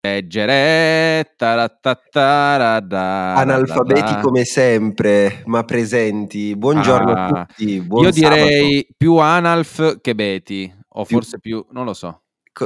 leggere. Analfabeti come sempre, ma presenti. Buongiorno a tutti. Buon Io direi sabato. più analf che beti, o forse più, non lo so.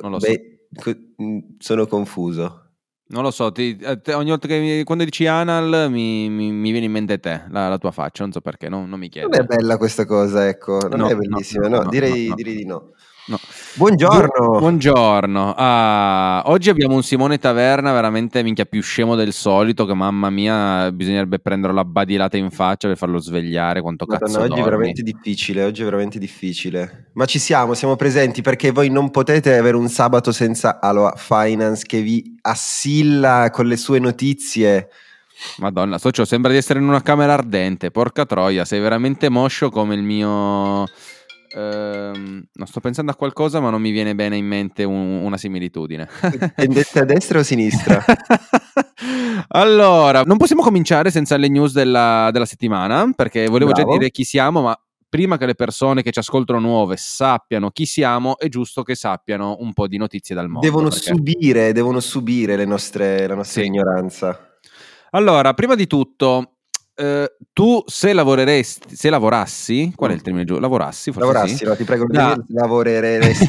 Sono confuso. Non lo so, ogni volta che quando dici anal mi viene in mente te, la tua faccia, non so perché, non mi chiedere. Non è bella questa cosa, ecco, non è bellissima, no, direi di no. No. Buongiorno. Buongiorno. Oggi abbiamo un Simone Taverna veramente minchia più scemo del solito, che mamma mia, bisognerebbe prendere la badilata in faccia per farlo svegliare quanto Madonna, cazzo oggi dormi. È veramente difficile. Ma siamo presenti perché voi non potete avere un sabato senza Aloha Finance che vi assilla con le sue notizie. Madonna, socio, sembra di essere in una camera ardente, porca troia, sei veramente moscio come il mio... non sto pensando a qualcosa, ma non mi viene bene in mente una similitudine. Tendete a destra o a sinistra? Allora, non possiamo cominciare senza le news della settimana, perché volevo già dire chi siamo, ma prima che le persone che ci ascoltano nuove sappiano chi siamo, è giusto che sappiano un po' di notizie dal mondo. Devono subire la nostra ignoranza. Allora, prima di tutto, tu se lavorassi, qual è il termine giusto? Lavorassi, forse sì? No, ti prego, lavoreresti.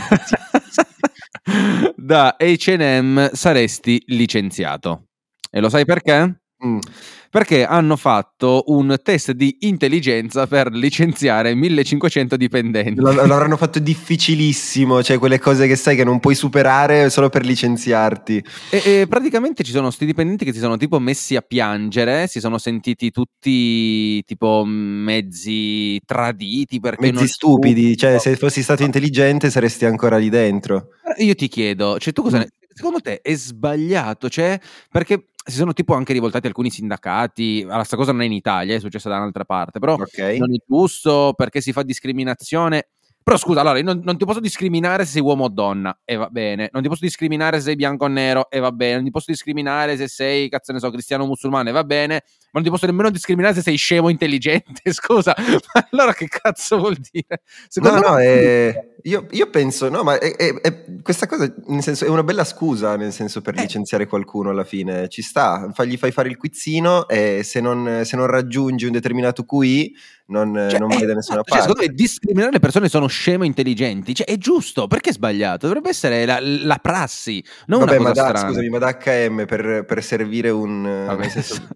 Da H&M saresti licenziato. E lo sai perché? Perché hanno fatto un test di intelligenza per licenziare 1500 dipendenti. L'avranno fatto difficilissimo, cioè quelle cose che sai che non puoi superare solo per licenziarti. E praticamente ci sono sti dipendenti che si sono tipo messi a piangere, si sono sentiti tutti tipo mezzi traditi, perché mezzi stupidi, cioè se fossi stato intelligente saresti ancora lì dentro. Io ti chiedo, cioè tu secondo te è sbagliato? Cioè, perché si sono tipo anche rivoltati alcuni sindacati, questa cosa non è in Italia, è successa da un'altra parte, però non è giusto perché si fa discriminazione. Però scusa, allora, io non ti posso discriminare se sei uomo o donna, e va bene. Non ti posso discriminare se sei bianco o nero, e va bene. Non ti posso discriminare se sei, cazzo ne so, cristiano o musulmano, e va bene. Ma non ti posso nemmeno discriminare se sei scemo o intelligente, scusa. Ma allora che cazzo vuol dire? Io penso, no, ma questa cosa, nel senso, è una bella scusa, nel senso, per licenziare qualcuno alla fine. Ci sta, gli fai fare il quizzino e se non raggiungi un determinato QI non vai da nessuna parte. Secondo me discriminare le persone sono scemo e intelligenti, cioè è giusto, perché è sbagliato? Dovrebbe essere la prassi, non una cosa strana. Scusami, ma da H&M per servire un... Vabbè,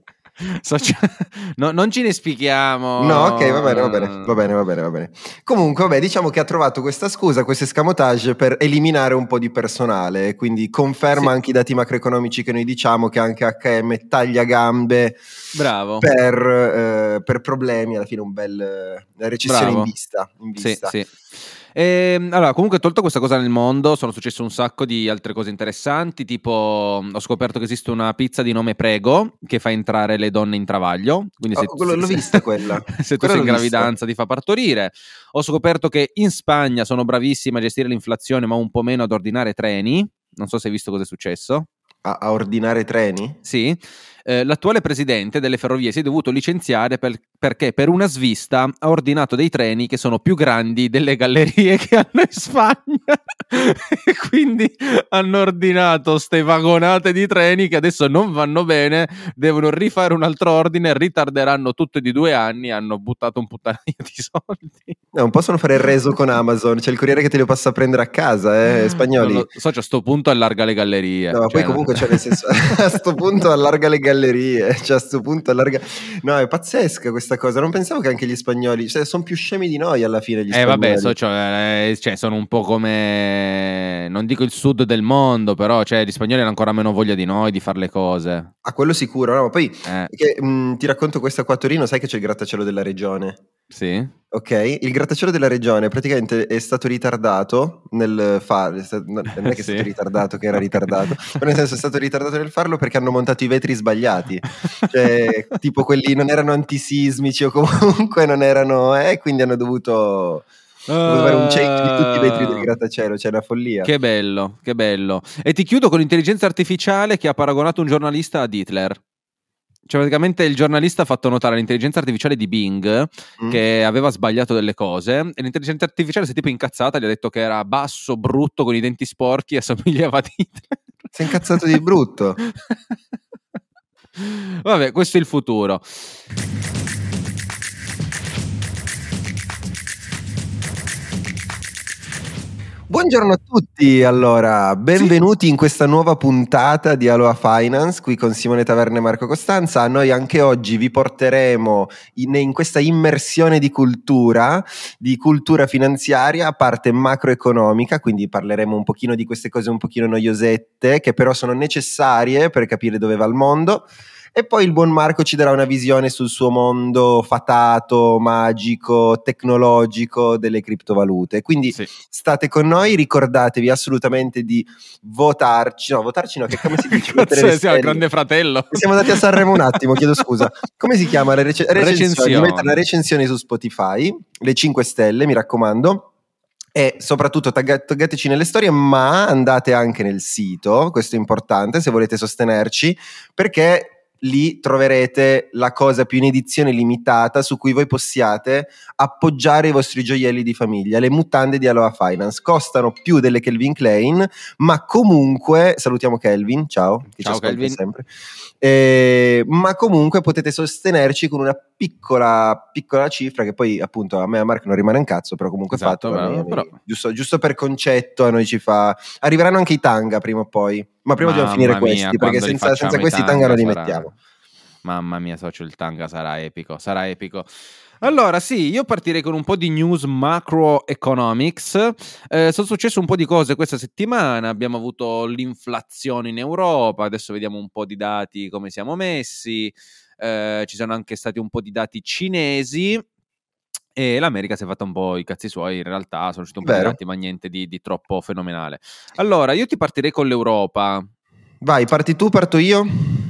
non ce ne spieghiamo. No, ok, va bene. Comunque, diciamo che ha trovato questa scusa, questo escamotage per eliminare un po' di personale, quindi conferma anche i dati macroeconomici che noi diciamo, che anche H&M taglia gambe. Bravo. Per problemi, alla fine la recessione in vista. Sì. Allora, comunque, tolto questa cosa nel mondo, sono successe un sacco di altre cose interessanti, tipo ho scoperto che esiste una pizza di nome Prego che fa entrare le donne in travaglio, quindi l'ho vista quella. Se tu sei in gravidanza ti fa partorire. Ho scoperto che in Spagna sono bravissimi a gestire l'inflazione, ma un po' meno ad ordinare treni. Non so se hai visto cosa è successo. A ordinare treni? Sì. L'attuale presidente delle ferrovie si è dovuto licenziare perché per una svista ha ordinato dei treni che sono più grandi delle gallerie che hanno in Spagna e quindi hanno ordinato ste vagonate di treni che adesso non vanno bene, devono rifare un altro ordine, ritarderanno tutte di 2 anni, hanno buttato un puttanaio di soldi. Non possono fare il reso con Amazon, c'è il corriere che te lo passa a prendere a casa, spagnoli. So, a sto punto allarga le gallerie. No, poi comunque nel senso, a sto punto allarga le gallerie, cioè a sto punto allarga... No, è pazzesca questa cosa, non pensavo che anche gli spagnoli, cioè sono più scemi di noi alla fine gli spagnoli. Vabbè, cioè, sono un po' come, non dico il sud del mondo, però cioè, gli spagnoli hanno ancora meno voglia di noi di fare le cose. A quello sicuro, no? Ma poi ti racconto questa qua a Torino, sai che c'è il grattacielo della regione? Sì. Ok, il grattacielo della regione praticamente è stato ritardato nel fare, non è che è stato ritardato, che era ritardato, ma nel senso è stato ritardato nel farlo perché hanno montato i vetri sbagliati, cioè tipo quelli non erano antisismici o comunque non erano, quindi hanno dovuto fare un change di tutti i vetri del grattacielo, cioè una follia. Che bello. E ti chiudo con l'intelligenza artificiale che ha paragonato un giornalista ad Hitler. Cioè praticamente il giornalista ha fatto notare all'intelligenza artificiale di Bing che aveva sbagliato delle cose e l'intelligenza artificiale si è tipo incazzata, gli ha detto che era basso, brutto, con i denti sporchi e assomigliava a Hitler. Sei incazzato di brutto. Vabbè, questo è il futuro. Buongiorno a tutti, allora, benvenuti in questa nuova puntata di Aloha Finance, qui con Simone Taverna e Marco Costanza. Noi anche oggi vi porteremo in questa immersione di cultura finanziaria, a parte macroeconomica, quindi parleremo un pochino di queste cose un pochino noiosette, che però sono necessarie per capire dove va il mondo. E poi il buon Marco ci darà una visione sul suo mondo fatato, magico, tecnologico delle criptovalute. Quindi state con noi, ricordatevi assolutamente di votarci no, che come si dice? Siamo il Grande Fratello. Siamo andati a Sanremo un attimo, chiedo scusa. Come si chiama? Le recensioni. Mettere una recensione su Spotify, le 5 stelle, mi raccomando. E soprattutto taggateci nelle storie, ma andate anche nel sito, questo è importante se volete sostenerci, perché lì troverete la cosa più in edizione limitata su cui voi possiate appoggiare i vostri gioielli di famiglia. Le mutande di Aloha Finance costano più delle Calvin Klein, ma comunque salutiamo Kelvin, ciao, che ciao ci ascolta Kelvin. sempre. Ma comunque potete sostenerci con una piccola cifra, che poi appunto a me e a Marco non rimane un cazzo, però comunque esatto, fatto però. Giusto per concetto a noi ci fa. Arriveranno anche i tanga prima o poi, ma prima dobbiamo finire questi, perché senza questi tanga non li mettiamo. Mamma mia, socio, il tanga sarà epico. Allora, sì, io partirei con un po' di news macroeconomics. Sono successe un po' di cose questa settimana. Abbiamo avuto l'inflazione in Europa. Adesso vediamo un po' di dati, come siamo messi. Ci sono anche stati un po' di dati cinesi. E l'America si è fatta un po' i cazzi suoi. In realtà sono usciti un po' di dati, ma niente di troppo fenomenale. Allora, io ti partirei con l'Europa. Vai, parti tu, parto io?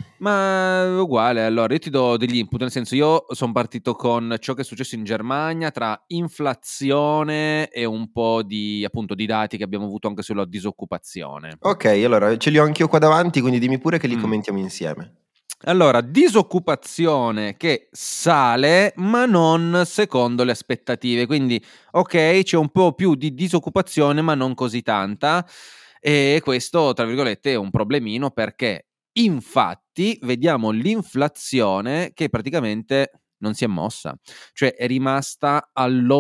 Ma uguale, allora io ti do degli input, nel senso io sono partito con ciò che è successo in Germania tra inflazione e un po' di appunto di dati che abbiamo avuto anche sulla disoccupazione. Ok, allora ce li ho anch'io qua davanti, quindi dimmi pure che li commentiamo insieme. Allora, disoccupazione che sale, ma non secondo le aspettative, quindi ok, c'è un po' più di disoccupazione, ma non così tanta, e questo, tra virgolette, è un problemino perché infatti vediamo l'inflazione che praticamente non si è mossa, cioè è rimasta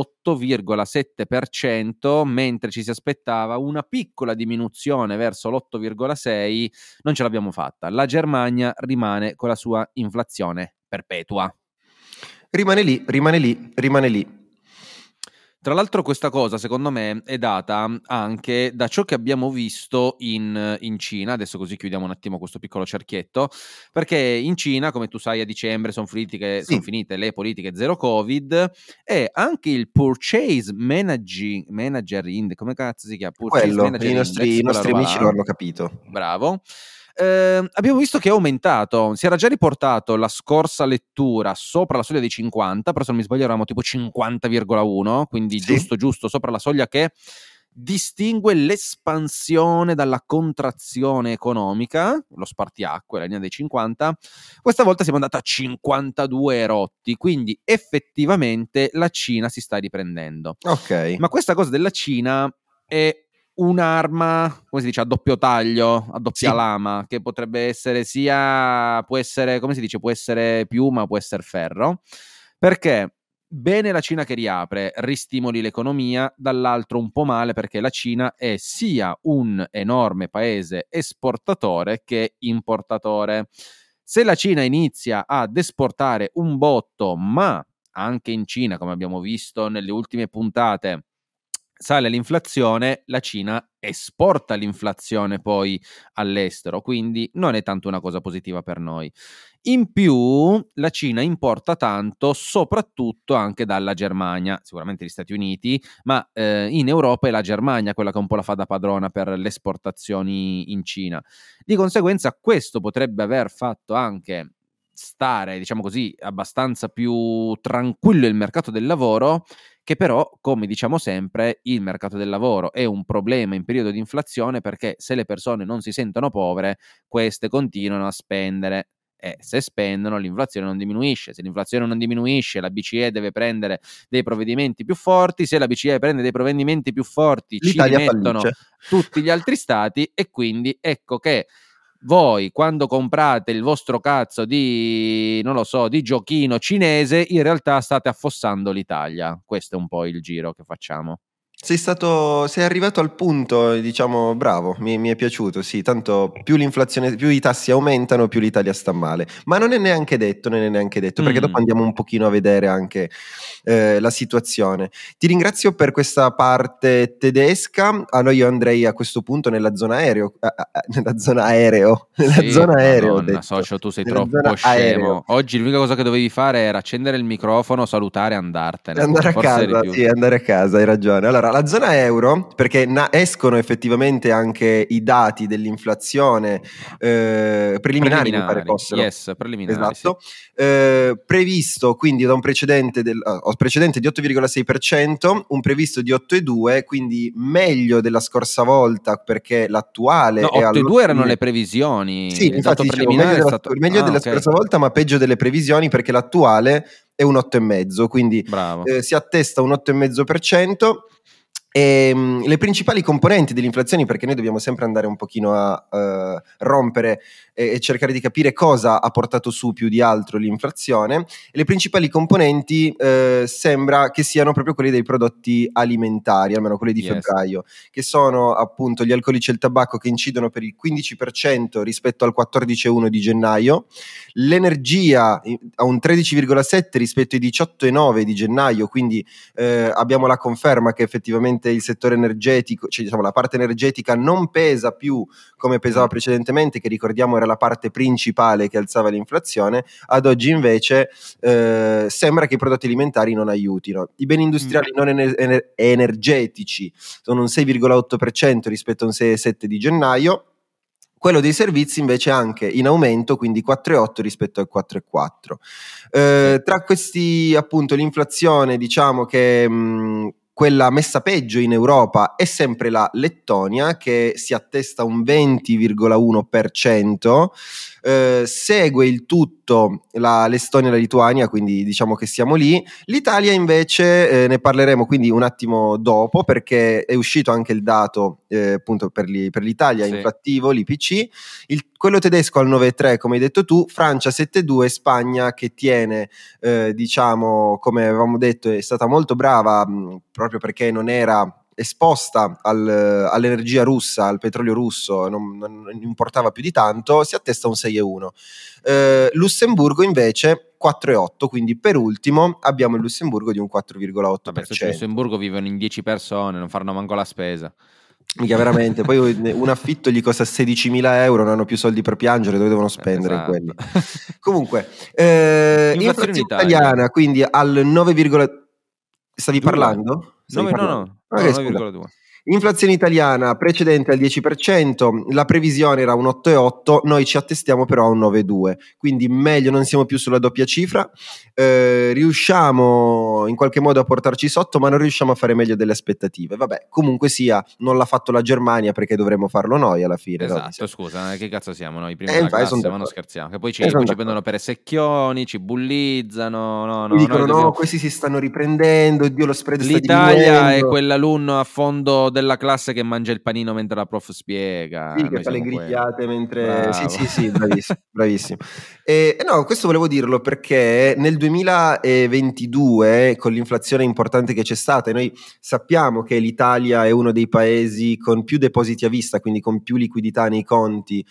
all'8,7%, mentre ci si aspettava una piccola diminuzione verso l'8,6%, non ce l'abbiamo fatta. La Germania rimane con la sua inflazione perpetua. Rimane lì. Tra l'altro questa cosa secondo me è data anche da ciò che abbiamo visto in Cina, adesso così chiudiamo un attimo questo piccolo cerchietto, perché in Cina, come tu sai, a dicembre sono finite le politiche zero Covid e anche il Purchase Manager Index, come cazzo si chiama? I nostri amici lo hanno capito. Bravo. Abbiamo visto che è aumentato, si era già riportato la scorsa lettura sopra la soglia dei 50, però se non mi sbaglio eravamo tipo 50,1, quindi giusto sopra la soglia che distingue l'espansione dalla contrazione economica, lo spartiacque, la linea dei 50. Questa volta siamo andati a 52 rotti, quindi effettivamente la Cina si sta riprendendo. Ok. Ma questa cosa della Cina è un'arma, come si dice, a doppio taglio, a doppia lama, che potrebbe essere può essere piuma, può essere ferro, perché bene la Cina che riapre, ristimoli l'economia, dall'altro un po' male perché la Cina è sia un enorme paese esportatore che importatore. Se la Cina inizia ad esportare un botto, ma anche in Cina, come abbiamo visto nelle ultime puntate, sale l'inflazione, la Cina esporta l'inflazione poi all'estero, quindi non è tanto una cosa positiva per noi. In più, la Cina importa tanto, soprattutto anche dalla Germania, sicuramente gli Stati Uniti, ma in Europa è la Germania quella che un po' la fa da padrona per le esportazioni in Cina. Di conseguenza, questo potrebbe aver fatto anche stare, diciamo così, abbastanza più tranquillo il mercato del lavoro, che però, come diciamo sempre, il mercato del lavoro è un problema in periodo di inflazione perché se le persone non si sentono povere, queste continuano a spendere e se spendono l'inflazione non diminuisce. Se l'inflazione non diminuisce, la BCE deve prendere dei provvedimenti più forti, se la BCE prende dei provvedimenti più forti l'Italia ci rimettono fallisce. tutti gli altri stati, e quindi ecco che voi, quando comprate il vostro cazzo di, non lo so, di giochino cinese, in realtà state affossando l'Italia. Questo è un po' il giro che facciamo. Sei arrivato al punto, diciamo, bravo, mi è piaciuto, sì, tanto più l'inflazione, più i tassi aumentano, più l'Italia sta male, ma non è neanche detto, perché dopo andiamo un pochino a vedere anche la situazione. Ti ringrazio per questa parte tedesca. Allora io andrei a questo punto nella zona aereo, Sì, zona aereo, ho Madonna, detto. socio, tu sei Nella troppo zona scemo. aereo. Oggi l'unica cosa che dovevi fare era accendere il microfono, salutare e andartene. Andare a Forse eri casa, più... sì, andare a casa, hai ragione. Allora, la zona euro, perché escono effettivamente anche i dati dell'inflazione preliminari, mi pare fossero. Yes, preliminari, Esatto. sì. Previsto quindi da un precedente di 8,6%, un previsto di 8,2%, quindi meglio della scorsa volta, perché l'attuale No, è 8,2 erano le previsioni. Sì, Il dato infatti dicevo, preliminare è stato... meglio della okay. scorsa volta, ma peggio delle previsioni, perché l'attuale è un 8,5%, quindi si attesta un 8,5%. Le principali componenti dell'inflazione, perché noi dobbiamo sempre andare un pochino a rompere e cercare di capire cosa ha portato su più di altro l'inflazione, le principali componenti sembra che siano proprio quelli dei prodotti alimentari, almeno quelli di febbraio, che sono appunto gli alcolici e il tabacco, che incidono per il 15% rispetto al 14,1% di gennaio, l'energia a un 13,7% rispetto ai 18,9% di gennaio, quindi abbiamo la conferma che effettivamente il settore energetico, cioè diciamo la parte energetica non pesa più come pesava precedentemente, che ricordiamo era la parte principale che alzava l'inflazione. Ad oggi invece sembra che i prodotti alimentari non aiutino. I beni industriali non energetici sono un 6,8% rispetto a un 6,7% di gennaio. Quello dei servizi invece anche in aumento, quindi 4,8 rispetto al 4,4. Tra questi appunto l'inflazione, diciamo che quella messa peggio in Europa è sempre la Lettonia, che si attesta un 20,1%, segue il tutto l'Estonia e la Lituania, quindi diciamo che siamo lì. L'Italia invece ne parleremo quindi un attimo dopo, perché è uscito anche il dato appunto per l'Italia inflattivo, l'IPC, quello tedesco al 9,3 come hai detto tu, Francia 7,2, Spagna che tiene diciamo, come avevamo detto, è stata molto brava proprio perché non era esposta all'energia russa, al petrolio russo, non importava più di tanto, si attesta un 6,1. Lussemburgo invece 4,8, quindi per ultimo abbiamo il Lussemburgo di un 4,8%. Vabbè, se in Lussemburgo vivono in 10 persone, non faranno manco la spesa. Mica veramente, poi un affitto gli costa 16.000 euro, non hanno più soldi per piangere, dove devono spendere quelli? Comunque, inflazione italiana, quindi al 9, stavi parlando? No, 9,2. Inflazione italiana precedente al 10%, la previsione era un 8,8, noi ci attestiamo però a un 9,2, quindi meglio, non siamo più sulla doppia cifra, riusciamo in qualche modo a portarci sotto, ma non riusciamo a fare meglio delle aspettative. Vabbè, comunque sia, non l'ha fatto la Germania, perché dovremmo farlo noi alla fine. Esatto, no? Scusa, che cazzo siamo noi, prima della classe, ma non scherziamo, che poi ci prendono per secchioni, ci bullizzano, dicono no, questi si stanno riprendendo, Dio, lo spread sta diminuendo. L'Italia è diminuendo. quell'alunno a fondo della classe che mangia il panino mentre la prof spiega. Sì, che fa le grigliate mentre... Sì, bravissimo. No, questo volevo dirlo perché nel 2022, con l'inflazione importante che c'è stata, e noi sappiamo che l'Italia è uno dei paesi con più depositi a vista, quindi con più liquidità nei conti,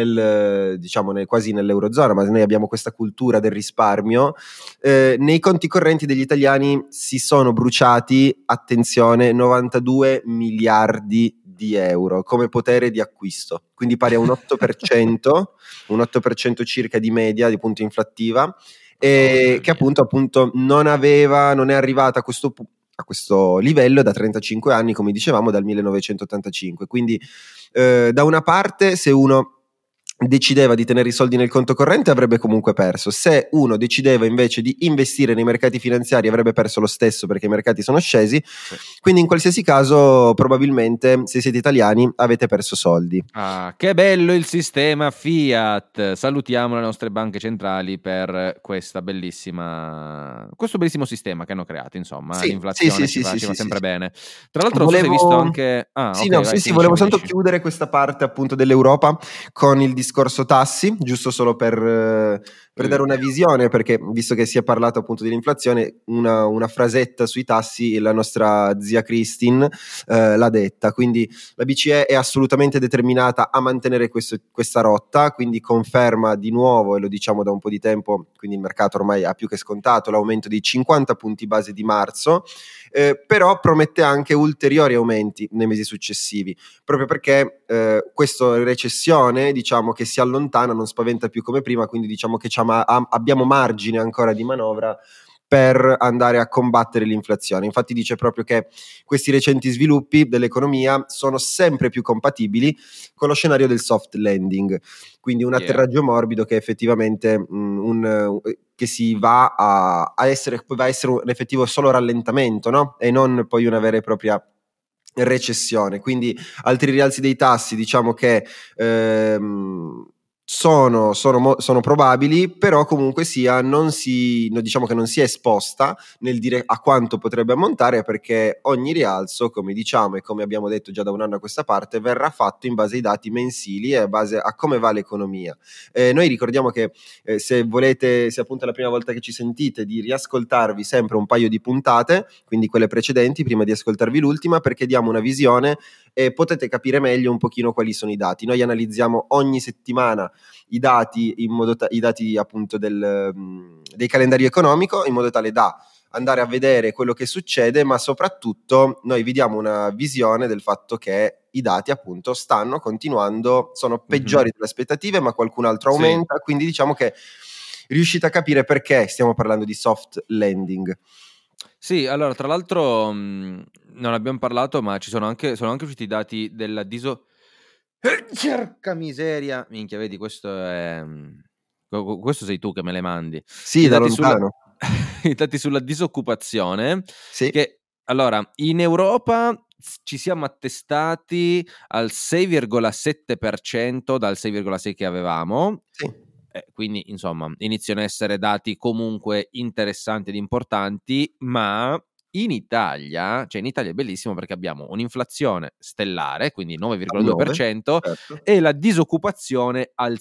quasi nell'Eurozona, ma noi abbiamo questa cultura del risparmio, nei conti correnti degli italiani si sono bruciati, attenzione, 92 miliardi di euro come potere di acquisto, quindi pari a un 8%, un 8% circa di media di punto inflattiva, che appunto non è arrivata a questo livello da 35 anni, come dicevamo, dal 1985. Quindi da una parte, se uno decideva di tenere i soldi nel conto corrente avrebbe comunque perso. Se uno decideva invece di investire nei mercati finanziari avrebbe perso lo stesso, perché i mercati sono scesi. Sì. Quindi in qualsiasi caso probabilmente, se siete italiani, avete perso soldi. Ah, che bello il sistema Fiat! Salutiamo le nostre banche centrali per questo bellissimo sistema che hanno creato, insomma. Sì, l'inflazione ci va sempre bene. Tra l'altro volevo... si è visto anche... volevo soltanto chiudere questa parte appunto dell'Europa con il discorso tassi, giusto solo per dare una visione, perché visto che si è parlato appunto dell'inflazione, una frasetta sui tassi la nostra zia Christine l'ha detta, quindi la BCE è assolutamente determinata a mantenere questa rotta, quindi conferma di nuovo, e lo diciamo da un po' di tempo, quindi il mercato ormai ha più che scontato l'aumento di 50 punti base di marzo, però promette anche ulteriori aumenti nei mesi successivi, proprio perché questa recessione, diciamo, che si allontana, non spaventa più come prima, quindi diciamo che abbiamo margine ancora di manovra per andare a combattere l'inflazione. Infatti dice proprio che questi recenti sviluppi dell'economia sono sempre più compatibili con lo scenario del soft landing, quindi un atterraggio morbido che effettivamente che si va a essere un effettivo solo rallentamento, no? E non poi una vera e propria recessione. Quindi altri rialzi dei tassi, diciamo che sono probabili, però comunque sia diciamo che non si è esposta nel dire a quanto potrebbe ammontare, perché ogni rialzo, come diciamo e come abbiamo detto già da un anno a questa parte, verrà fatto in base ai dati mensili e a base a come va l'economia. Noi ricordiamo che se appunto è la prima volta che ci sentite, di riascoltarvi sempre un paio di puntate, quindi quelle precedenti, prima di ascoltarvi l'ultima, perché diamo una visione e potete capire meglio un pochino quali sono i dati. Noi analizziamo ogni settimana i dati i dati appunto dei calendari economico, in modo tale da andare a vedere quello che succede, ma soprattutto noi vi diamo una visione del fatto che i dati appunto stanno continuando, sono peggiori delle aspettative, ma qualcun altro aumenta, quindi diciamo che riuscite a capire perché stiamo parlando di soft landing. Sì, allora tra l'altro non abbiamo parlato, ma sono anche usciti i dati della Cerca miseria, minchia, vedi, questo sei tu che me le mandi. Sì, da lontano. I dati sulla disoccupazione, sì. Che allora in Europa ci siamo attestati al 6,7% dal 6,6 che avevamo. Sì. Quindi insomma iniziano a essere dati comunque interessanti ed importanti, ma in Italia è bellissimo perché abbiamo un'inflazione stellare, quindi 9,2%, certo. e la disoccupazione al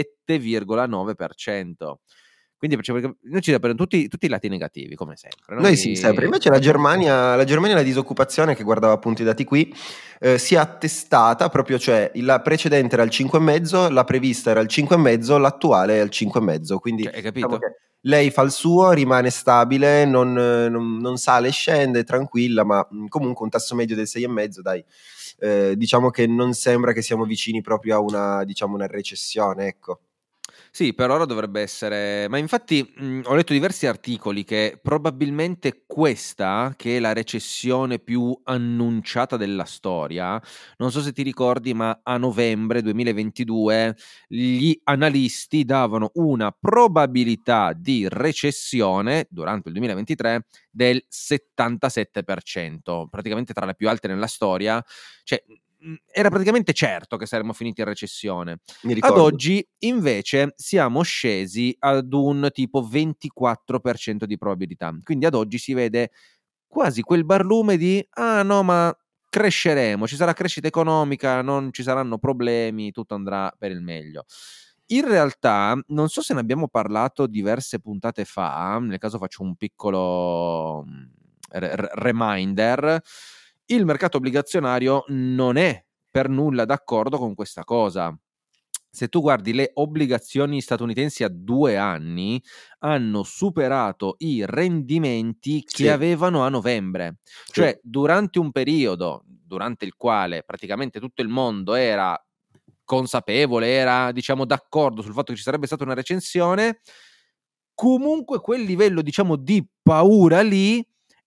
7,9%. Quindi noi ci prendiamo tutti i lati negativi, come sempre. Noi sì, sempre. Invece la Germania la disoccupazione, che guardava appunto i dati qui, si è attestata proprio, cioè la precedente era al 5,5, la prevista era al 5,5, l'attuale è al 5,5. Quindi hai capito? Diciamo che lei fa il suo, rimane stabile, non sale e scende, tranquilla, ma comunque un tasso medio del 6,5, dai. Diciamo che non sembra che siamo vicini proprio a una recessione, ecco. Sì, per ora dovrebbe essere, ma infatti ho letto diversi articoli che probabilmente questa, che è la recessione più annunciata della storia, non so se ti ricordi, ma a novembre 2022 gli analisti davano una probabilità di recessione durante il 2023 del 77%, praticamente tra le più alte nella storia, cioè era praticamente certo che saremmo finiti in recessione. Ad oggi invece siamo scesi ad un tipo 24% di probabilità, quindi ad oggi si vede quasi quel barlume di no, ma cresceremo, ci sarà crescita economica, non ci saranno problemi, tutto andrà per il meglio. In realtà, non so se ne abbiamo parlato diverse puntate fa, nel caso faccio un piccolo reminder. Il mercato obbligazionario non è per nulla d'accordo con questa cosa. Se tu guardi le obbligazioni statunitensi a 2 anni, hanno superato i rendimenti che avevano a novembre. Cioè, durante un periodo durante il quale praticamente tutto il mondo era consapevole, era diciamo d'accordo sul fatto che ci sarebbe stata una recessione, comunque quel livello diciamo di paura lì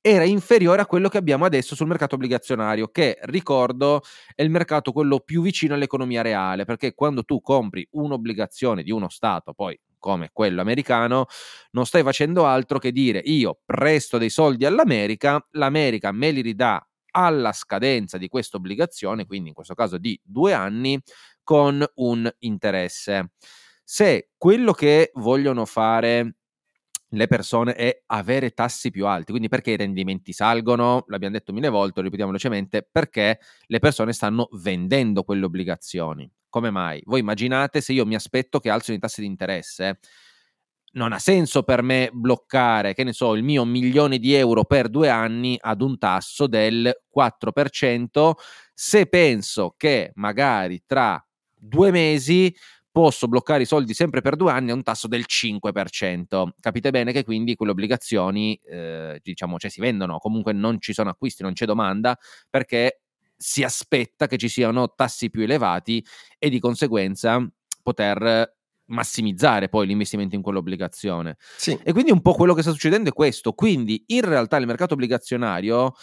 era inferiore a quello che abbiamo adesso sul mercato obbligazionario, che, ricordo, è il mercato quello più vicino all'economia reale, perché quando tu compri un'obbligazione di uno Stato, poi come quello americano, non stai facendo altro che dire: io presto dei soldi all'America, l'America me li ridà alla scadenza di questa obbligazione, quindi in questo caso di 2 anni, con un interesse. Se quello che vogliono fare le persone è avere tassi più alti, quindi perché i rendimenti salgono? L'abbiamo detto 1000 volte, lo ripetiamo velocemente: perché le persone stanno vendendo quelle obbligazioni. Come mai? Voi immaginate se io mi aspetto che alzino i tassi di interesse, non ha senso per me bloccare, che ne so, il mio 1.000.000 di euro per 2 anni ad un tasso del 4%, se penso che magari tra 2 mesi posso bloccare i soldi sempre per 2 anni a un tasso del 5%. Capite bene che quindi quelle obbligazioni, diciamo, cioè si vendono, comunque non ci sono acquisti, non c'è domanda, perché si aspetta che ci siano tassi più elevati e di conseguenza poter massimizzare poi l'investimento in quell'obbligazione. Sì. E quindi un po' quello che sta succedendo è questo. Quindi in realtà il mercato obbligazionario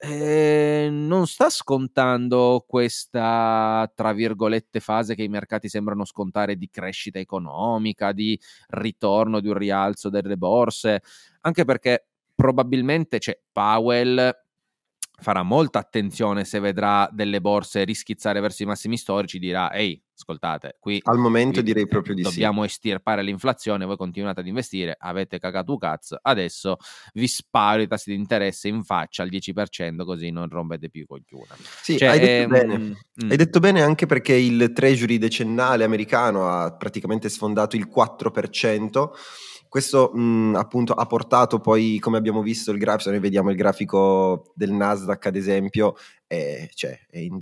non sta scontando questa, tra virgolette, fase che i mercati sembrano scontare di crescita economica, di ritorno, di un rialzo delle borse, anche perché probabilmente Powell farà molta attenzione se vedrà delle borse rischizzare verso i massimi storici, dirà: ehi, ascoltate, qui al momento direi proprio di dobbiamo sì. estirpare l'inflazione, voi continuate ad investire, avete cagato un cazzo, adesso vi sparo i tassi di interesse in faccia al 10%, così non rompete più i coglioni. Sì, hai detto bene. Hai detto bene, anche perché il treasury decennale americano ha praticamente sfondato il 4%. Questo appunto ha portato poi, come abbiamo visto il grafico, se noi vediamo il grafico del Nasdaq ad esempio, è in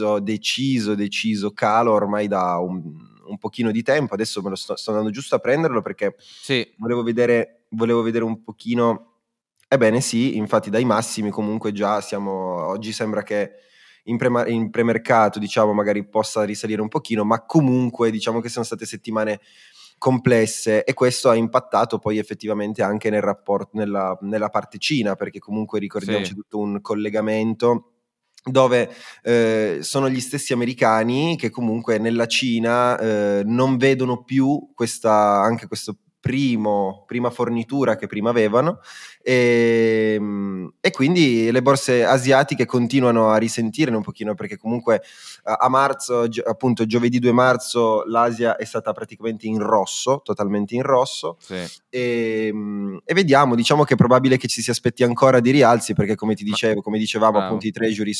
deciso calo ormai da un pochino di tempo. Adesso me lo sto andando giusto a prenderlo perché volevo vedere un pochino. Ebbene sì, infatti dai massimi comunque già siamo, oggi sembra che in premercato diciamo magari possa risalire un pochino, ma comunque diciamo che sono state settimane complesse, e questo ha impattato poi effettivamente anche nel rapporto nella parte Cina, perché comunque ricordiamoci tutto un collegamento dove sono gli stessi americani che comunque nella Cina non vedono più anche questo prima fornitura che prima avevano, e quindi le borse asiatiche continuano a risentirne un pochino, perché comunque a marzo, appunto giovedì 2 marzo, l'Asia è stata praticamente in rosso, totalmente in rosso, e vediamo, diciamo che è probabile che ci si aspetti ancora di rialzi, perché come dicevamo, appunto i treasury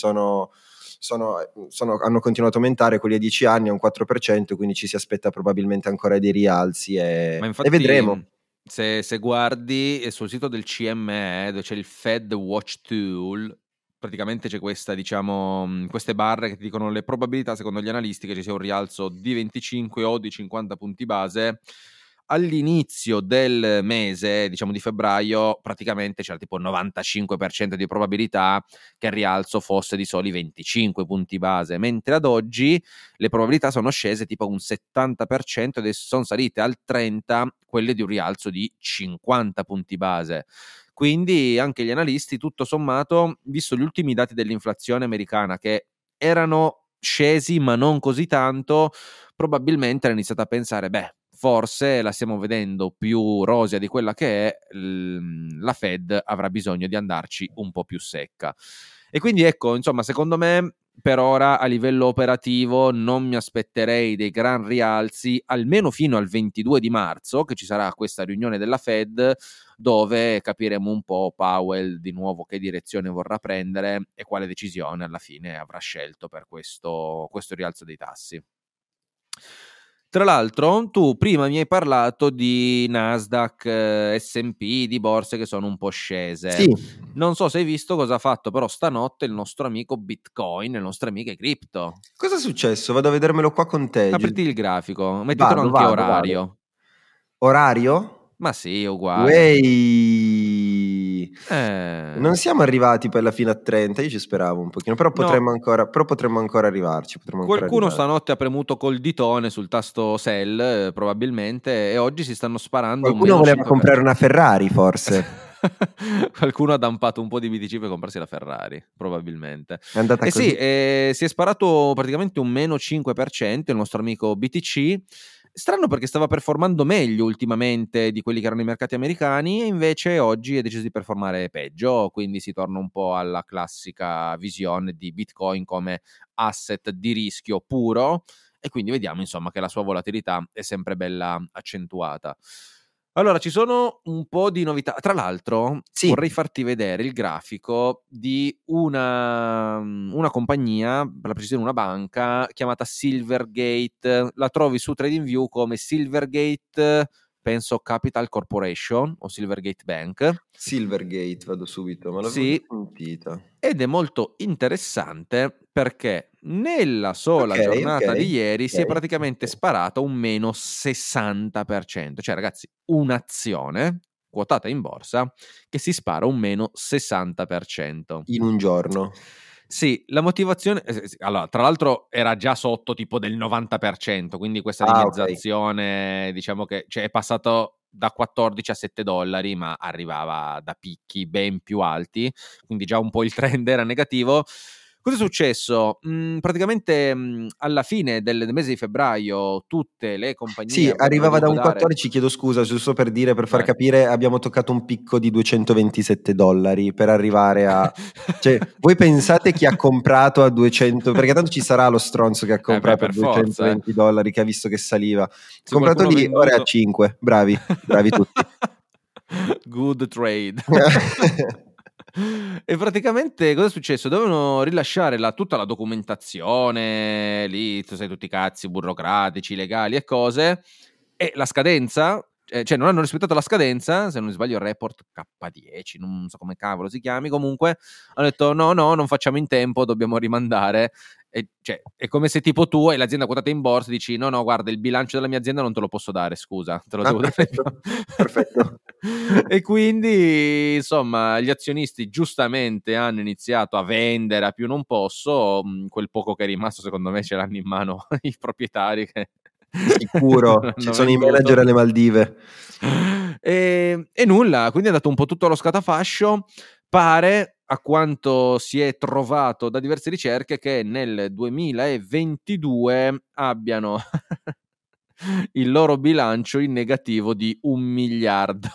hanno continuato a aumentare, quelli a 10 anni a un 4%, quindi ci si aspetta probabilmente ancora dei rialzi e vedremo. Se guardi sul sito del CME, dove c'è il Fed Watch Tool, praticamente c'è questa, diciamo, queste barre che ti dicono le probabilità secondo gli analisti che ci sia un rialzo di 25 o di 50 punti base. All'inizio del mese, diciamo di febbraio, praticamente c'era tipo il 95% di probabilità che il rialzo fosse di soli 25 punti base, mentre ad oggi le probabilità sono scese tipo un 70% ed sono salite al 30% quelle di un rialzo di 50 punti base. Quindi anche gli analisti, tutto sommato, visto gli ultimi dati dell'inflazione americana che erano scesi ma non così tanto, probabilmente hanno iniziato a pensare: forse la stiamo vedendo più rosea di quella che è, la Fed avrà bisogno di andarci un po' più secca. E quindi ecco, insomma, secondo me per ora a livello operativo non mi aspetterei dei gran rialzi, almeno fino al 22 di marzo, che ci sarà questa riunione della Fed, dove capiremo un po' Powell di nuovo che direzione vorrà prendere e quale decisione alla fine avrà scelto per questo rialzo dei tassi. Tra l'altro, tu prima mi hai parlato di Nasdaq, S&P, di borse che sono un po' scese. Sì. Non so se hai visto cosa ha fatto però stanotte il nostro amico Bitcoin, le nostre amiche cripto. Cosa è successo? Vado a vedermelo qua con te. Apriti il grafico, mettitelo anche orario. Vado. Orario? Ma sì, uguale. Non siamo arrivati per la fine a 30, io ci speravo un pochino, però potremmo ancora arrivarci. Qualcuno stanotte ha premuto col ditone sul tasto sell, probabilmente, e oggi si stanno sparando. Qualcuno voleva comprare una Ferrari, forse. Qualcuno ha dampato un po' di BTC per comprarsi la Ferrari, probabilmente. È andata così. Sì, si è sparato praticamente un meno 5% il nostro amico BTC. Strano perché stava performando meglio ultimamente di quelli che erano i mercati americani e invece oggi è deciso di performare peggio, quindi si torna un po' alla classica visione di Bitcoin come asset di rischio puro e quindi vediamo insomma che la sua volatilità è sempre bella accentuata. Allora, ci sono un po' di novità. Tra l'altro, vorrei farti vedere il grafico di una compagnia, per la precisione una banca, chiamata Silvergate. La trovi su TradingView come Silvergate, penso Capital Corporation o Silvergate Bank. Silvergate, vado subito, ma l'avevo sentita. Ed è molto interessante perché nella sola giornata di ieri si è praticamente sparato un meno 60%. Cioè, ragazzi, un'azione quotata in borsa che si spara un meno 60%. In un giorno? Sì, la motivazione... Allora, tra l'altro era già sotto tipo del 90%, quindi questa dimezzazione, diciamo che è passato da 14 a 7 dollari, ma arrivava da picchi ben più alti, quindi già un po' il trend era negativo. Cosa è successo? Praticamente alla fine del mese di febbraio tutte le compagnie... Sì, arrivava da un 14, chiedo scusa, giusto per dire, per far capire, abbiamo toccato un picco di 227 dollari per arrivare a... Cioè, voi pensate chi ha comprato a 200... Perché tanto ci sarà lo stronzo che ha comprato a 220 dollari, che ha visto che saliva. Comprato lì, ora è a 5. Bravi tutti. Good trade. E praticamente cosa è successo? Dovevano rilasciare tutta la documentazione, lì sai, tutti i cazzi burocratici, legali e cose, e la scadenza, cioè non hanno rispettato la scadenza, se non sbaglio il report K10, non so come cavolo si chiami, comunque hanno detto no, non facciamo in tempo, dobbiamo rimandare. E, cioè, è come se tipo tu hai l'azienda quotata in borsa e dici no, guarda, il bilancio della mia azienda non te lo posso dare, scusa, te lo devo dare. Perfetto. E quindi insomma gli azionisti giustamente hanno iniziato a vendere a più non posso, quel poco che è rimasto secondo me ce l'hanno in mano i proprietari che... Sicuro, ci sono i manager alle Maldive. E nulla, quindi è andato un po' tutto allo scatafascio. Pare, a quanto si è trovato da diverse ricerche, che nel 2022 abbiano il loro bilancio in negativo di 1 miliardo.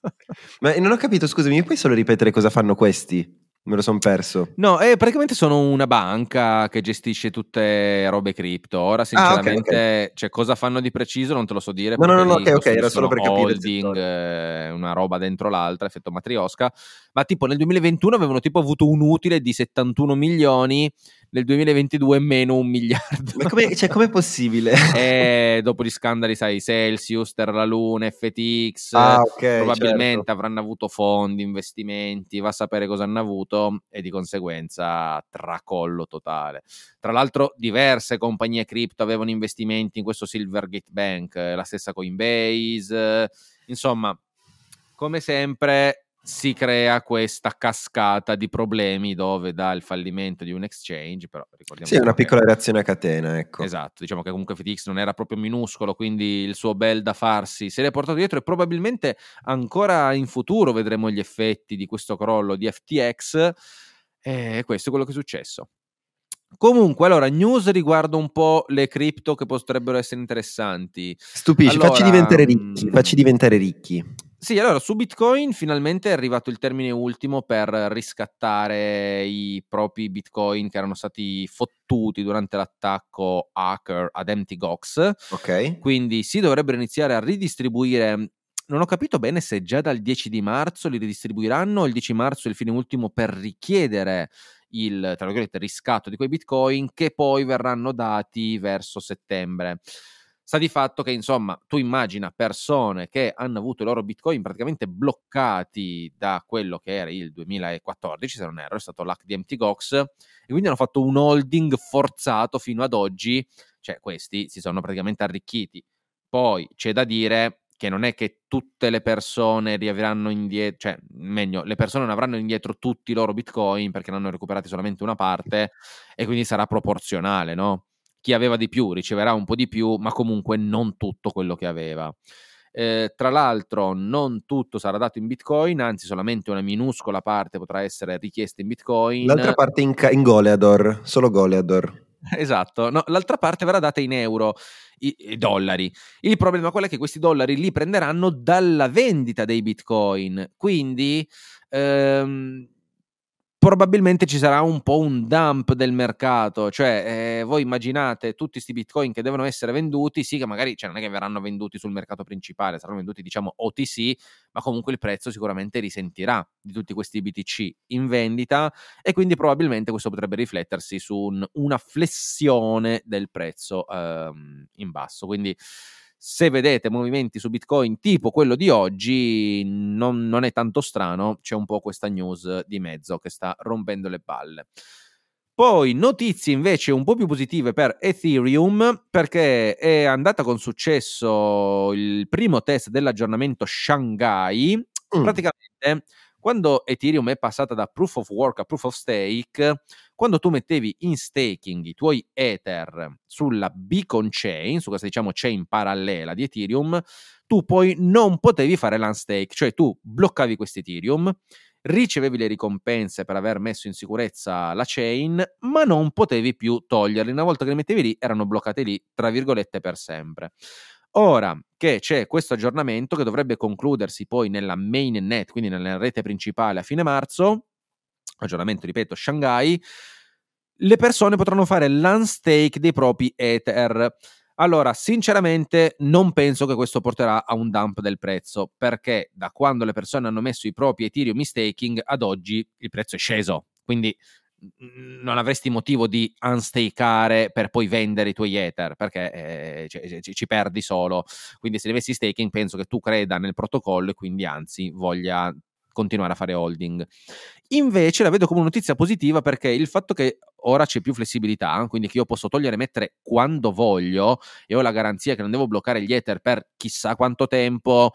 Ma non ho capito, scusami, mi puoi solo ripetere cosa fanno questi? Me lo son perso. No, praticamente sono una banca che gestisce tutte robe cripto. Ora sinceramente, okay. Cioè, cosa fanno di preciso non te lo so dire. No, ok, era solo per capire holding, una roba dentro l'altra, effetto matriosca. Ma tipo nel 2021 avevano tipo avuto un utile di 71 milioni, nel 2022 meno 1 miliardo. Ma com'è possibile? Dopo gli scandali, sai, Celsius, Terra Luna, FTX, probabilmente avranno avuto fondi, investimenti, va a sapere cosa hanno avuto, e di conseguenza tracollo totale. Tra l'altro diverse compagnie cripto avevano investimenti in questo Silvergate Bank, la stessa Coinbase, insomma, come sempre si crea questa cascata di problemi dove dal fallimento di un exchange, però ricordiamo una piccola reazione a catena, ecco. Esatto, diciamo che comunque FTX non era proprio minuscolo, quindi il suo bel da farsi se l'è portato dietro, e probabilmente ancora in futuro vedremo gli effetti di questo crollo di FTX, e questo è quello che è successo. Comunque, allora, news riguardo un po' le cripto che potrebbero essere interessanti. Stupisci, allora, facci diventare ricchi. Sì, allora su Bitcoin finalmente è arrivato il termine ultimo per riscattare i propri Bitcoin che erano stati fottuti durante l'attacco hacker ad Mt. Gox. Ok. Quindi si dovrebbero iniziare a ridistribuire. Non ho capito bene se già dal 10 di marzo li ridistribuiranno o il 10 marzo è il fine ultimo per richiedere il, tra virgolette, riscatto di quei Bitcoin che poi verranno dati verso settembre. Sta di fatto che, insomma, tu immagina persone che hanno avuto i loro Bitcoin praticamente bloccati da quello che era il 2014, se non erro, è stato l'hack di Mt. Gox, e quindi hanno fatto un holding forzato fino ad oggi, cioè questi si sono praticamente arricchiti. Poi c'è da dire che non è che tutte le persone riaveranno indietro, cioè meglio, le persone non avranno indietro tutti i loro Bitcoin perché ne hanno recuperati solamente una parte, e quindi sarà proporzionale, no? Chi aveva di più riceverà un po' di più, ma comunque non tutto quello che aveva. Tra l'altro non tutto sarà dato in Bitcoin, anzi solamente una minuscola parte potrà essere richiesta in Bitcoin. L'altra parte in Goleador, solo Goleador. Esatto, no, l'altra parte verrà data in euro, i dollari. Il problema qual è? Che questi dollari li prenderanno dalla vendita dei Bitcoin, quindi probabilmente ci sarà un po' un dump del mercato, cioè voi immaginate tutti questi Bitcoin che devono essere venduti, sì che magari non è che verranno venduti sul mercato principale, saranno venduti diciamo OTC, ma comunque il prezzo sicuramente risentirà di tutti questi BTC in vendita e quindi probabilmente questo potrebbe riflettersi su una flessione del prezzo in basso, quindi se vedete movimenti su Bitcoin tipo quello di oggi non è tanto strano, c'è un po' questa news di mezzo che sta rompendo le balle. Poi notizie invece un po' più positive per Ethereum, perché è andata con successo il primo test dell'aggiornamento Shanghai. Praticamente quando Ethereum è passata da proof of work a proof of stake, quando tu mettevi in staking i tuoi Ether sulla Beacon Chain, su questa diciamo chain parallela di Ethereum, tu poi non potevi fare l'unstake, cioè tu bloccavi questi Ethereum, ricevevi le ricompense per aver messo in sicurezza la chain, ma non potevi più toglierli. Una volta che le mettevi lì, erano bloccate lì, tra virgolette, per sempre. Ora che c'è questo aggiornamento che dovrebbe concludersi poi nella mainnet, quindi nella rete principale a fine marzo, aggiornamento, ripeto, Shanghai, le persone potranno fare l'unstake dei propri Ether. Allora, sinceramente non penso che questo porterà a un dump del prezzo, perché da quando le persone hanno messo i propri Ethereum in staking ad oggi il prezzo è sceso, quindi non avresti motivo di unstakeare per poi vendere i tuoi Ether, perché ci perdi solo. Quindi se li avessi staking penso che tu creda nel protocollo e quindi anzi voglia continuare a fare holding. Invece la vedo come una notizia positiva, perché il fatto che ora c'è più flessibilità, quindi che io posso togliere e mettere quando voglio e ho la garanzia che non devo bloccare gli Ether per chissà quanto tempo,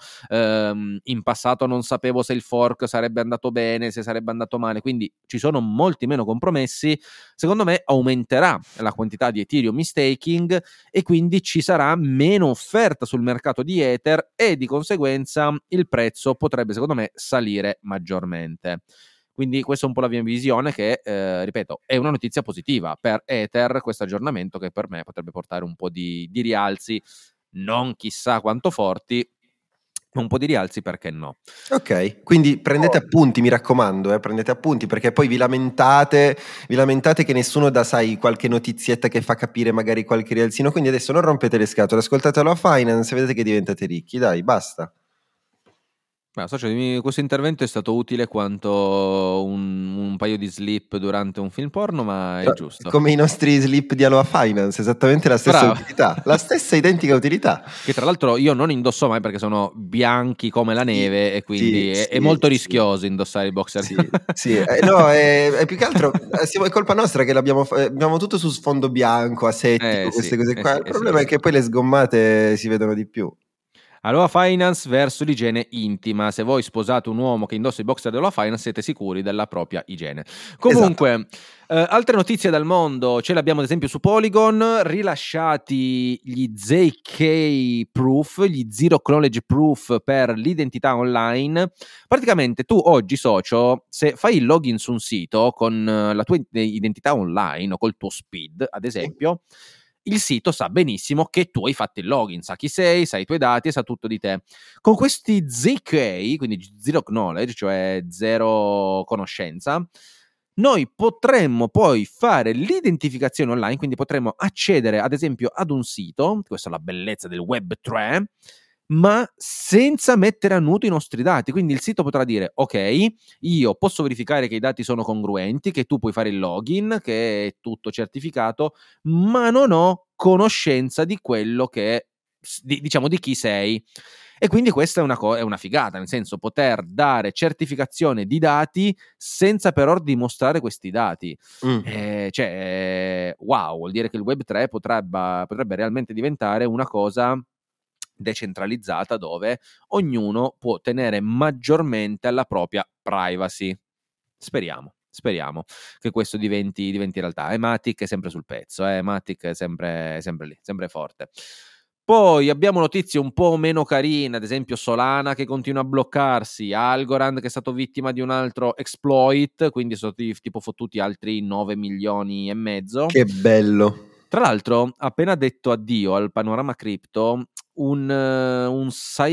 in passato non sapevo se il fork sarebbe andato bene, se sarebbe andato male, quindi ci sono molti meno compromessi, secondo me aumenterà la quantità di Ethereum in staking e quindi ci sarà meno offerta sul mercato di Ether e di conseguenza il prezzo potrebbe secondo me salire maggiormente. Quindi questa è un po' la mia visione che, ripeto, è una notizia positiva per Ether, questo aggiornamento che per me potrebbe portare un po' di rialzi, non chissà quanto forti, ma un po' di rialzi perché no. Ok, quindi prendete appunti, mi raccomando, prendete appunti, perché poi vi lamentate che nessuno dà, sai, qualche notizietta che fa capire magari qualche rialzino, quindi adesso non rompete le scatole, ascoltate Aloha Finance e vedete che diventate ricchi, dai, basta. Beh, socio, questo intervento è stato utile quanto un paio di slip durante un film porno, ma è giusto. Come i nostri slip di Aloha Finance, esattamente la stessa utilità, la stessa identica utilità. Che tra l'altro io non indosso mai perché sono bianchi come la neve e quindi è molto rischioso indossare i boxer. No, è più che altro è colpa nostra che abbiamo tutto su sfondo bianco, asettico, queste cose qua. Il problema è che poi le sgommate si vedono di più. Aloha Finance verso l'igiene intima. Se voi sposate un uomo che indossa i boxer dell'Aloha Finance siete sicuri della propria igiene. Comunque, altre notizie dal mondo, ce le abbiamo ad esempio su Polygon, rilasciati gli ZK Proof, gli Zero Knowledge Proof per l'identità online. Praticamente tu oggi, socio, se fai il login su un sito con la tua identità online o col tuo SPID, ad esempio, il sito sa benissimo che tu hai fatto il login, sa chi sei, sa i tuoi dati e sa tutto di te. Con questi ZK, quindi Zero Knowledge, cioè zero conoscenza, noi potremmo poi fare l'identificazione online, quindi potremmo accedere ad esempio ad un sito, questa è la bellezza del Web 3, ma senza mettere a nudo i nostri dati. Quindi il sito potrà dire: ok, io posso verificare che i dati sono congruenti, che tu puoi fare il login, che è tutto certificato, ma non ho conoscenza di quello che diciamo di chi sei. E quindi questa è una figata, nel senso poter dare certificazione di dati senza però dimostrare questi dati. Wow, vuol dire che il Web 3 potrebbe realmente diventare una cosa decentralizzata dove ognuno può tenere maggiormente alla propria privacy. Speriamo che questo diventi realtà. E Matic è sempre sul pezzo, Matic è sempre lì, sempre forte. Poi abbiamo notizie un po' meno carine, ad esempio Solana che continua a bloccarsi, Algorand che è stato vittima di un altro exploit, quindi sono tipo fottuti altri 9 milioni e mezzo. Che bello. Tra l'altro, ha appena detto addio al panorama cripto un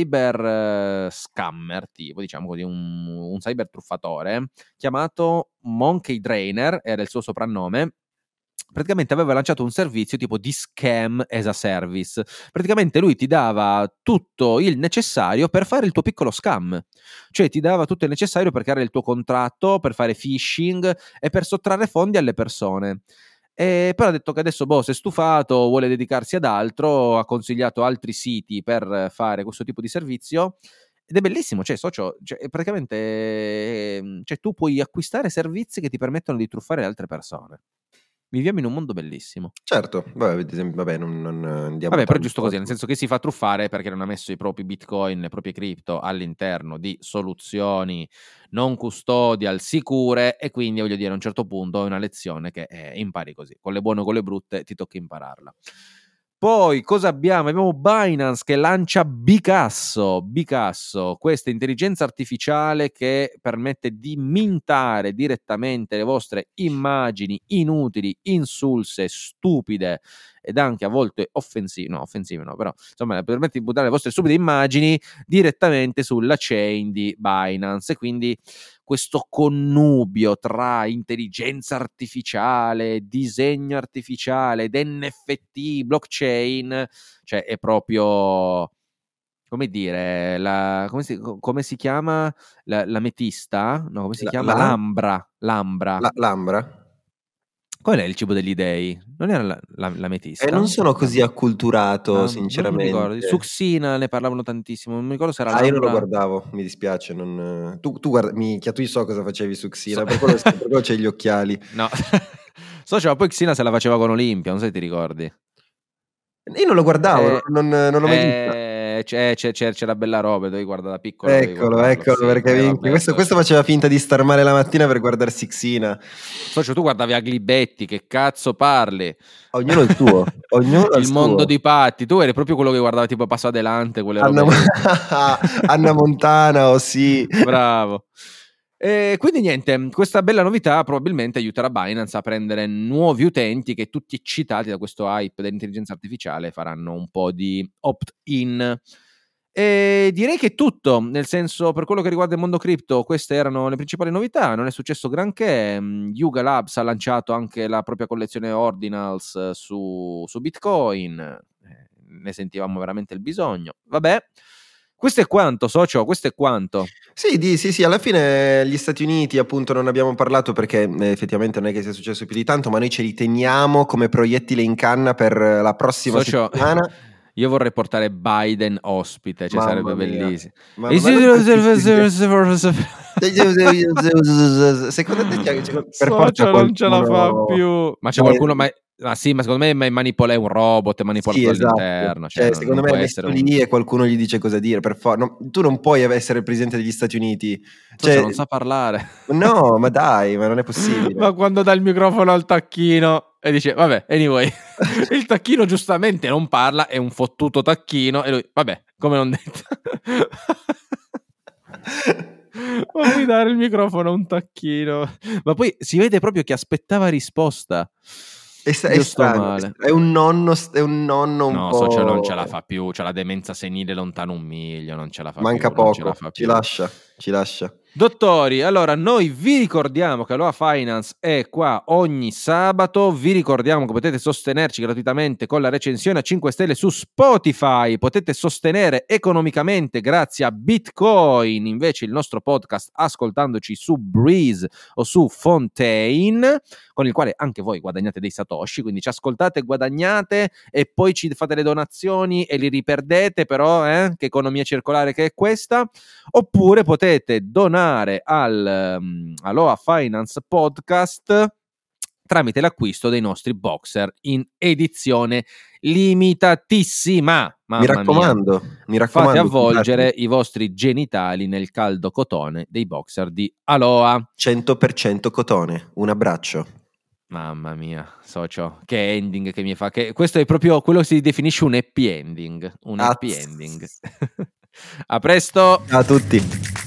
cyber scammer, tipo, diciamo così, un cyber truffatore chiamato Monkey Drainer, era il suo soprannome. Praticamente aveva lanciato un servizio tipo di scam as a service. Praticamente lui ti dava tutto il necessario per fare il tuo piccolo scam, cioè ti dava tutto il necessario per creare il tuo contratto, per fare phishing e per sottrarre fondi alle persone. Però ha detto che adesso si è stufato, vuole dedicarsi ad altro, ha consigliato altri siti per fare questo tipo di servizio ed è bellissimo, cioè socio, praticamente tu puoi acquistare servizi che ti permettono di truffare altre persone. Viviamo in un mondo bellissimo. Certo, vabbè, non andiamo. Vabbè, però è giusto così, nel senso che si fa truffare perché non ha messo i propri bitcoin, le proprie cripto all'interno di soluzioni non custodial sicure e quindi voglio dire a un certo punto è una lezione che impari così, con le buone o con le brutte ti tocca impararla. Poi cosa abbiamo? Abbiamo Binance che lancia Bicasso, questa intelligenza artificiale che permette di mintare direttamente le vostre immagini inutili, insulse, stupide ed anche a volte offensive no, però insomma permette di buttare le vostre stupide immagini direttamente sulla chain di Binance e quindi questo connubio tra intelligenza artificiale, disegno artificiale ed NFT, blockchain, cioè è proprio, come dire, come si chiama l'ametista? No, come si chiama? L'ambra. L'ambra? Qual è il cibo degli dei? Non era l'ametista? Non sono così acculturato, sinceramente. Non mi ricordo. Su Xina ne parlavano tantissimo, non mi ricordo se era l'ambra. Io non lo guardavo, mi dispiace. Tu guarda, minchia, tu so cosa facevi su Xina, per quello c'hai gli occhiali. No, ma poi Xina se la faceva con Olimpia, non so se ti ricordi. Io non lo guardavo, non l'ho mai vista. C'è la bella roba, dovevi guardare da piccolo. Eccolo, sì, perché questo faceva finta di star male la mattina per guardarsi Xina. Socio, tu guardavi a Glibetti, che cazzo parli? Ognuno il suo. Il mondo di Patti, tu eri proprio quello che guardava tipo Passo Adelante, quelle robe. Anna Montana, sì. Bravo. Quindi niente, questa bella novità probabilmente aiuterà Binance a prendere nuovi utenti che tutti eccitati da questo hype dell'intelligenza artificiale faranno un po' di opt-in. E direi che è tutto, nel senso, per quello che riguarda il mondo cripto queste erano le principali novità, non è successo granché. Yuga Labs ha lanciato anche la propria collezione Ordinals su Bitcoin, ne sentivamo veramente il bisogno. Vabbè, questo è quanto, socio, questo è quanto. Sì, alla fine gli Stati Uniti appunto non abbiamo parlato perché effettivamente non è che sia successo più di tanto, ma noi ce li teniamo come proiettile in canna per la prossima settimana. Io vorrei portare Biden ospite, cioè sarebbe bellissimo. Secondo te Socio non ce la fa più. Ma c'è qualcuno, ma sì, ma secondo me manipola, è un robot, manipolato dall'interno. Cioè, secondo me è messo lì e qualcuno gli dice cosa dire. Tu non puoi essere il presidente degli Stati Uniti. Cioè, non sa parlare. No, ma dai, ma non è possibile. Ma quando dà il microfono al tacchino e dice, vabbè, anyway, il tacchino giustamente non parla, è un fottuto tacchino, e lui, vabbè, come non detto. Ma puoi dare il microfono a un tacchino? Ma poi si vede proprio che aspettava risposta. È un nonno un no, po'. Socio non ce la fa più, c'ha la demenza senile lontano un miglio, non ce la fa manca più. Manca poco, ci lascia. Dottori, allora noi vi ricordiamo che Aloha Finance è qua ogni sabato, vi ricordiamo che potete sostenerci gratuitamente con la recensione a 5 stelle su Spotify, potete sostenere economicamente grazie a Bitcoin invece il nostro podcast ascoltandoci su Breeze o su Fontaine, con il quale anche voi guadagnate dei satoshi, quindi ci ascoltate, guadagnate e poi ci fate le donazioni e li riperdete, però che economia circolare che è questa, oppure potete donare al Aloha Finance Podcast tramite l'acquisto dei nostri boxer in edizione limitatissima. Mi raccomando. Fate avvolgere i vostri genitali nel caldo cotone dei boxer di Aloha. 100% cotone. Un abbraccio. Mamma mia, socio, che ending che mi fa. Che questo è proprio quello che si definisce un happy ending. Un happy ending. A presto. Ciao a tutti.